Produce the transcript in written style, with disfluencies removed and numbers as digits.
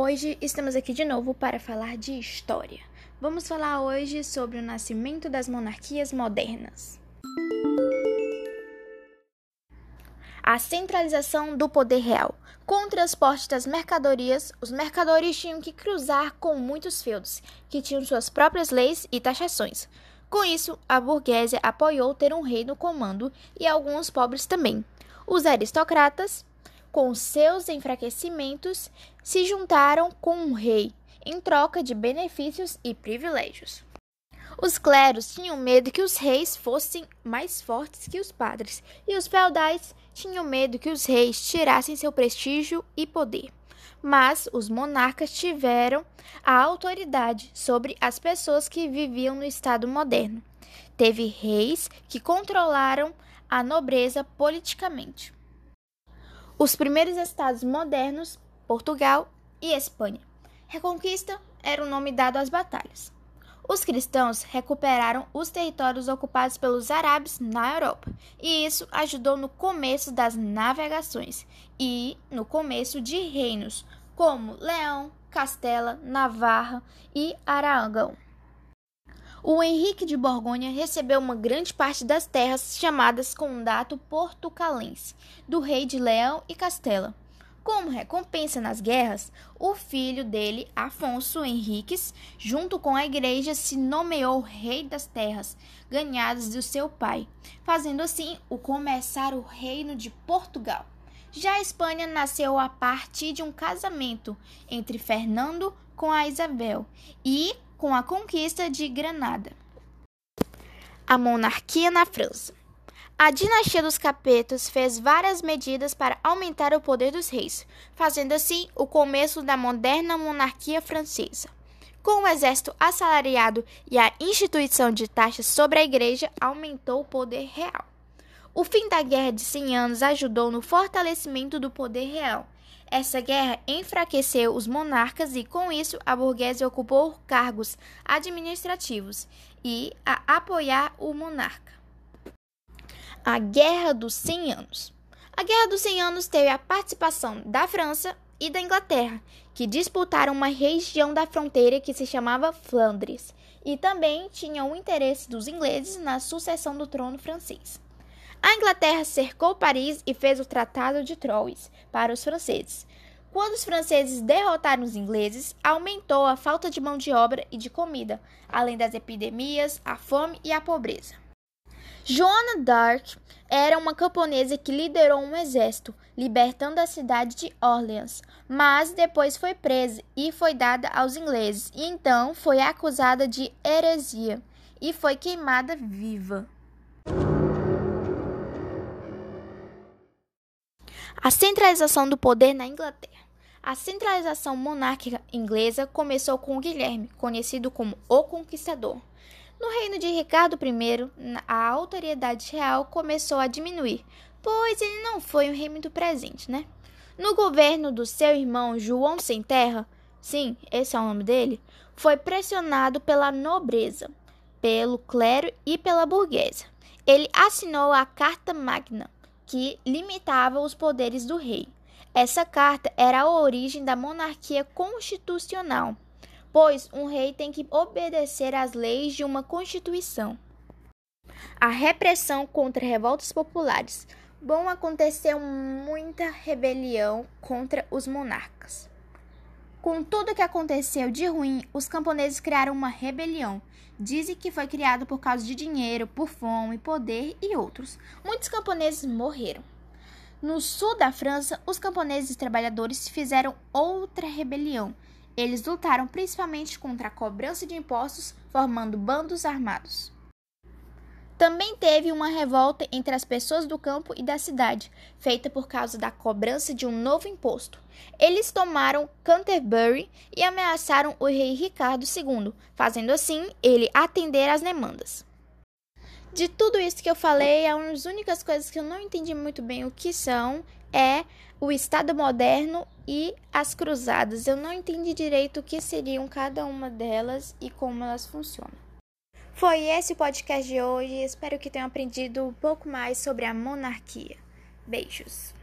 Hoje estamos aqui de novo para falar de história. Vamos falar hoje sobre o nascimento das monarquias modernas. A centralização do poder real. Com o transporte das mercadorias, os mercadores tinham que cruzar com muitos feudos, que tinham suas próprias leis e taxações. Com isso, a burguesia apoiou ter um rei no comando e alguns pobres também. Os aristocratas, com seus enfraquecimentos, se juntaram com o rei, em troca de benefícios e privilégios. Os clérigos tinham medo que os reis fossem mais fortes que os padres, e os feudais tinham medo que os reis tirassem seu prestígio e poder. Mas os monarcas tiveram a autoridade sobre as pessoas que viviam no Estado moderno. Teve reis que controlaram a nobreza politicamente. Os primeiros estados modernos, Portugal e Espanha. Reconquista era o nome dado às batalhas. Os cristãos recuperaram os territórios ocupados pelos árabes na Europa, e isso ajudou no começo das navegações e no começo de reinos como Leão, Castela, Navarra e Aragão. O Henrique de Borgonha recebeu uma grande parte das terras chamadas Condado Portucalense, do rei de Leão e Castela. Como recompensa nas guerras, o filho dele, Afonso Henriques, junto com a igreja, se nomeou rei das terras ganhadas do seu pai, fazendo assim começar o reino de Portugal. Já a Espanha nasceu a partir de um casamento entre Fernando com a Isabel e com a conquista de Granada. A monarquia na França. A dinastia dos Capetos fez várias medidas para aumentar o poder dos reis, fazendo assim o começo da moderna monarquia francesa. Com o exército assalariado e a instituição de taxas sobre a igreja, aumentou o poder real. O fim da Guerra de 100 Anos ajudou no fortalecimento do poder real. Essa guerra enfraqueceu os monarcas e, com isso, a burguesia ocupou cargos administrativos e a apoiar o monarca. A Guerra dos 100 Anos. A Guerra dos 100 Anos teve a participação da França e da Inglaterra, que disputaram uma região da fronteira que se chamava Flandres, e também tinha o interesse dos ingleses na sucessão do trono francês. A Inglaterra cercou Paris e fez o Tratado de Troyes para os franceses. Quando os franceses derrotaram os ingleses, aumentou a falta de mão de obra e de comida, além das epidemias, a fome e a pobreza. Joana d'Arc era uma camponesa que liderou um exército, libertando a cidade de Orleans, mas depois foi presa e foi dada aos ingleses, e então foi acusada de heresia e foi queimada viva. A centralização do poder na Inglaterra. A centralização monárquica inglesa começou com Guilherme, conhecido como o Conquistador. No reino de Ricardo I, a autoridade real começou a diminuir, pois ele não foi um rei muito presente, né? No governo do seu irmão João Sem Terra, sim, esse é o nome dele, foi pressionado pela nobreza, pelo clero e pela burguesia. Ele assinou a Carta Magna, que limitava os poderes do rei. Essa carta era a origem da monarquia constitucional, pois um rei tem que obedecer às leis de uma constituição. A repressão contra revoltas populares. Aconteceu muita rebelião contra os monarcas. Com tudo o que aconteceu de ruim, os camponeses criaram uma rebelião. Dizem que foi criado por causa de dinheiro, por fome, poder e outros. Muitos camponeses morreram. No sul da França, os camponeses e trabalhadores fizeram outra rebelião. Eles lutaram principalmente contra a cobrança de impostos, formando bandos armados. Também teve uma revolta entre as pessoas do campo e da cidade, feita por causa da cobrança de um novo imposto. Eles tomaram Canterbury e ameaçaram o rei Ricardo II, fazendo assim ele atender às demandas. De tudo isso que eu falei, as únicas coisas que eu não entendi muito bem o que são é o Estado moderno e as cruzadas. Eu não entendi direito o que seriam cada uma delas e como elas funcionam. Foi esse o podcast de hoje. Espero que tenham aprendido um pouco mais sobre a monarquia. Beijos!